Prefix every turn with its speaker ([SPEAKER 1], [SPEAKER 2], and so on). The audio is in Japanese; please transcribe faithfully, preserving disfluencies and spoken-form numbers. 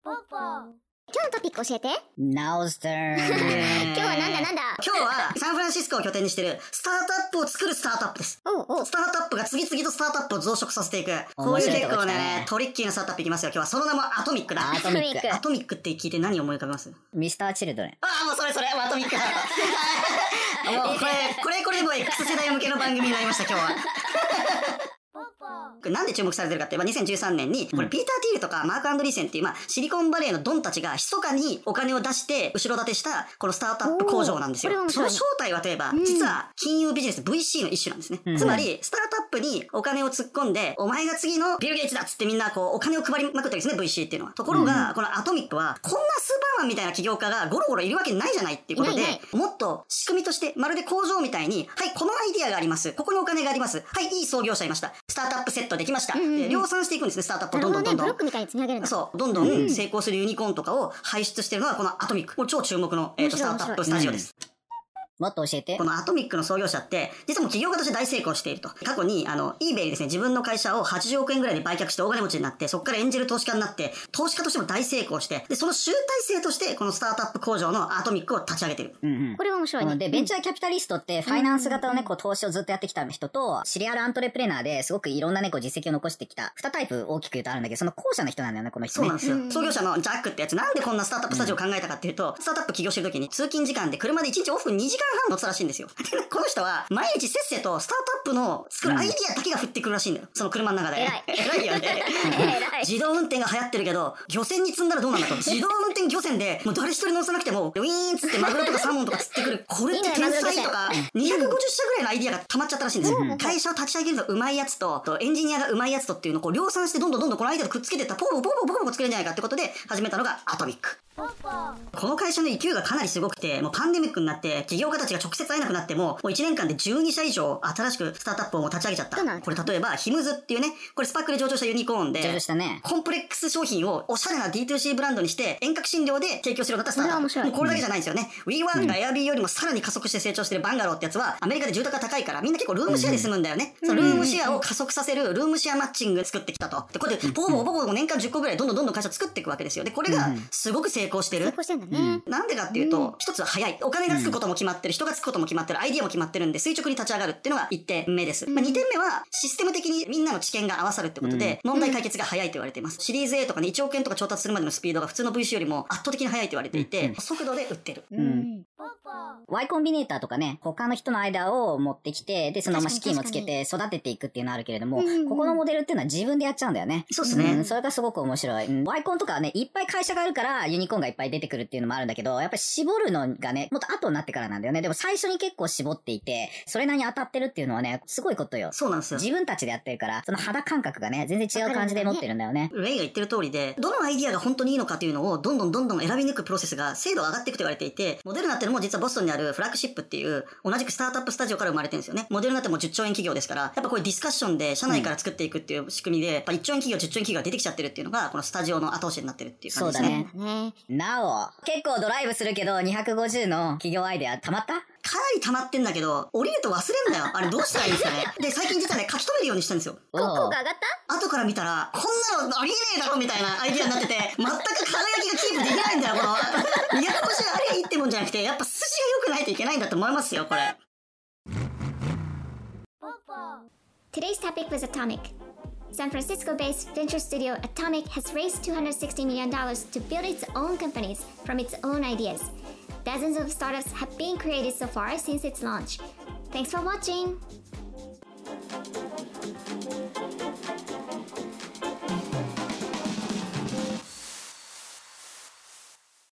[SPEAKER 1] 今日のトピック教えて。
[SPEAKER 2] Now's turn
[SPEAKER 1] 今日はなんだなんだ。
[SPEAKER 3] 今日はサンフランシスコを拠点にしてるスタートアップを作るスタートアップです。
[SPEAKER 1] おうおう。
[SPEAKER 3] スタートアップが次々とスタートアップを増殖させていく、こういう結構ねトリッキーなスタートアップいきますよ。今日はその名もアトミックだ。
[SPEAKER 2] アトミック
[SPEAKER 3] アトミックって聞いて何を思い浮かべます？
[SPEAKER 2] ミスターチルドレン。
[SPEAKER 3] ああ、もうそれそれアトミックだ。もうこれこれこれでもう X 世代向けの番組になりました今日は。なんで注目されてるかって、まあ、にせんじゅうさんねんにこれピーター・ティールとかマーク・アンドリーセンっていう、まあ、シリコンバレーのドンたちが密かにお金を出して後ろ盾したこのスタートアップ工場なんですよ。その正体はといえば、うん、実は金融ビジネス ブイシー の一種なんですね、うん、つまりスタートアップにお金を突っ込んで、お前が次のビル・ゲイツだっつってみんなこうお金を配りまくってるんですね、 ブイシー っていうのは。ところが、うん、このアトミックはこんなスーパーマンみたいな起業家がゴロゴロいるわけないじゃないっていうことで、いないいない、もっと仕組みとしてまるで工場みたいに、はい、このアイディアがあります、ここにお金があります、はい、いい創業者いました、スタートアップセットできました、うんうんうん、で量産していくんですね、スタートアップをどんどんどんどん、ね、ブロックみたいに積み上げるんだ。そう、どんどん成功するユニコーンとかを輩出してるのがこのアトミック。もう超注目の、えー、とスタートアップスタジオです。
[SPEAKER 2] もっと教えて。
[SPEAKER 3] このアトミックの創業者って、実はもう企業家として大成功していると。過去に、あの、eBay ですね、自分の会社をはちじゅうおくえんぐらいで売却して大金持ちになって、そこからエンジェル投資家になって、投資家としても大成功して、で、その集大成として、このスタートアップ工場のアトミックを立ち上げてる。
[SPEAKER 2] うんうん、
[SPEAKER 1] これは面白いね。
[SPEAKER 2] で、ベンチャーキャピタリストって、ファイナンス型のね、こう、投資をずっとやってきた人と、シリアルアントレプレナーですごくいろんなね、こう、実績を残してきた、にタイプ大きく言うとあるんだけど、その後者の人なんだよね、この人ね。
[SPEAKER 3] そうなんですよ。創業者のジャックってやつ、なんでこんなスタートアップスタジオを考えたかっていうと、スタートアップ起業してる時に、通勤時間で車でいちにち往復にじかんはん乗ってたらしいんですよ。この人は毎日せっせとスタートアップの作るアイディアだけが降ってくるらしいんだよ、その車の中で。
[SPEAKER 1] 偉い
[SPEAKER 3] 偉いよね。自動運転が流行ってるけど漁船に積んだらどうなんだと。自動運転漁船でもう誰一人乗せなくてもウィーンつってマグロとかサーモンとか釣ってくる、これって天才とかにひゃくごじゅっしゃぐらいのアイディアが溜まっちゃったらしいんですよ、うん、会社を立ち上げるのがうまいやつとエンジニアがうまいやつとっていうのをこう量産してどんどんどんどんこのアイディアとくっつけていったらポコポコポコポコ作れるんじゃないかってことで始めたのがアトミック。この会社の勢いがかなりすごくて、もうパンデミックになって企業家たちが直接会えなくなっても、もういちねんかんでじゅうにしゃ以上新しくスタートアップをもう立ち上げちゃった。これ例えばヒムズっていうね、これスパークで上場したユニコーンで、
[SPEAKER 2] 上場したね、
[SPEAKER 3] コンプレックス商品をおしゃれな ディーツーシー ブランドにして遠隔診療で提供するようになったスタートアップ。もうこれだけじゃないんですよね、うん、WeWork が Airbnb よりもさらに加速して成長してるバンガローってやつはアメリカで住宅が高いからみんな結構ルームシェアで住むんだよね、うん、そのルームシェアを加速させるルームシェアマッチング作ってきたと。でこれでポコポコポコ年間じゅっこぐらいどんどんどんどん会社作っていくわけですよ。でこれがすごく成功してる、
[SPEAKER 1] 成功してんだね、
[SPEAKER 3] うん、なんでかっていうと、一つは早い、お金がつくことも決まってる、人がつくことも決まってる、アイディアも決まってるんで垂直に立ち上がるっていうのがいってんめです、まあ、にてんめはシステム的にみんなの知見が合わさるってことで、問題解決が早いと言われています。シリーズ A とかねいちおくえんとか調達するまでのスピードが普通の ブイシー よりも圧倒的に速いと言われていて、速度で売ってる、うん、
[SPEAKER 2] Y コンビネーターとかね、他の人のアイデアを持ってきて、でそのまま資金をつけて育てていくっていうのはあるけれども、ここのモデルっていうのは自分でやっちゃうんだよね。
[SPEAKER 3] そうですね、
[SPEAKER 2] うん、それがすごく面白い、うん、Y コンとかはねいっぱい会社があるからユニコーンがいっぱい出てくるっていうのもあるんだけど、やっぱり絞るのがねもっと後になってからなんだよね。でも最初に結構絞っていてそれなりに当たってるっていうのはねすごいことよ。
[SPEAKER 3] そうなんですよ。
[SPEAKER 2] 自分たちでやってるからその肌感覚がね全然違う感じで持ってるんだよね。
[SPEAKER 3] レイが言ってる通りで、どのアイディアが本当にいいのかというのをどんどんどんどん選び抜くプロセスが精度が上がっていくと言われていて、モデルナってのも実はボストンにあるフラッグシップっていう同じくスタートアップスタジオから生まれてるんですよね。モデルナってもうじゅっちょうえん企業ですから、やっぱこういうディスカッションで社内から作っていくっていう仕組みで、やっぱいっちょうえん企業じゅっちょうえん企業が出てきちゃってるっていうのがこのスタジオの後押しになってるっていう感じですね。
[SPEAKER 2] そうだね。なお結構ドライブするけどにひゃくごじゅうの企業アイデアたまった？
[SPEAKER 3] かなり溜まってんだけど、降りると忘れんだよ。あれどうしたらいいんですかね。で、最近実はね、書き留めるようにしたんですよ。
[SPEAKER 1] 効果上がった？
[SPEAKER 3] 後から見たら、こんなのありえねえだろみたいなアイディアになってて、全く輝きがキープできないんだよ、この。にひゃくごじゅうあれいいってもんじゃなくて、やっぱ筋が良くないといけないんだと思いますよ、これ。
[SPEAKER 1] Today's topic was Atomic. San Francisco-based venture studio Atomic has raised two hundred sixty million dollars to build its own companies from its own ideas.Dozens of startups have been created so far since its launch. Thanks for watching!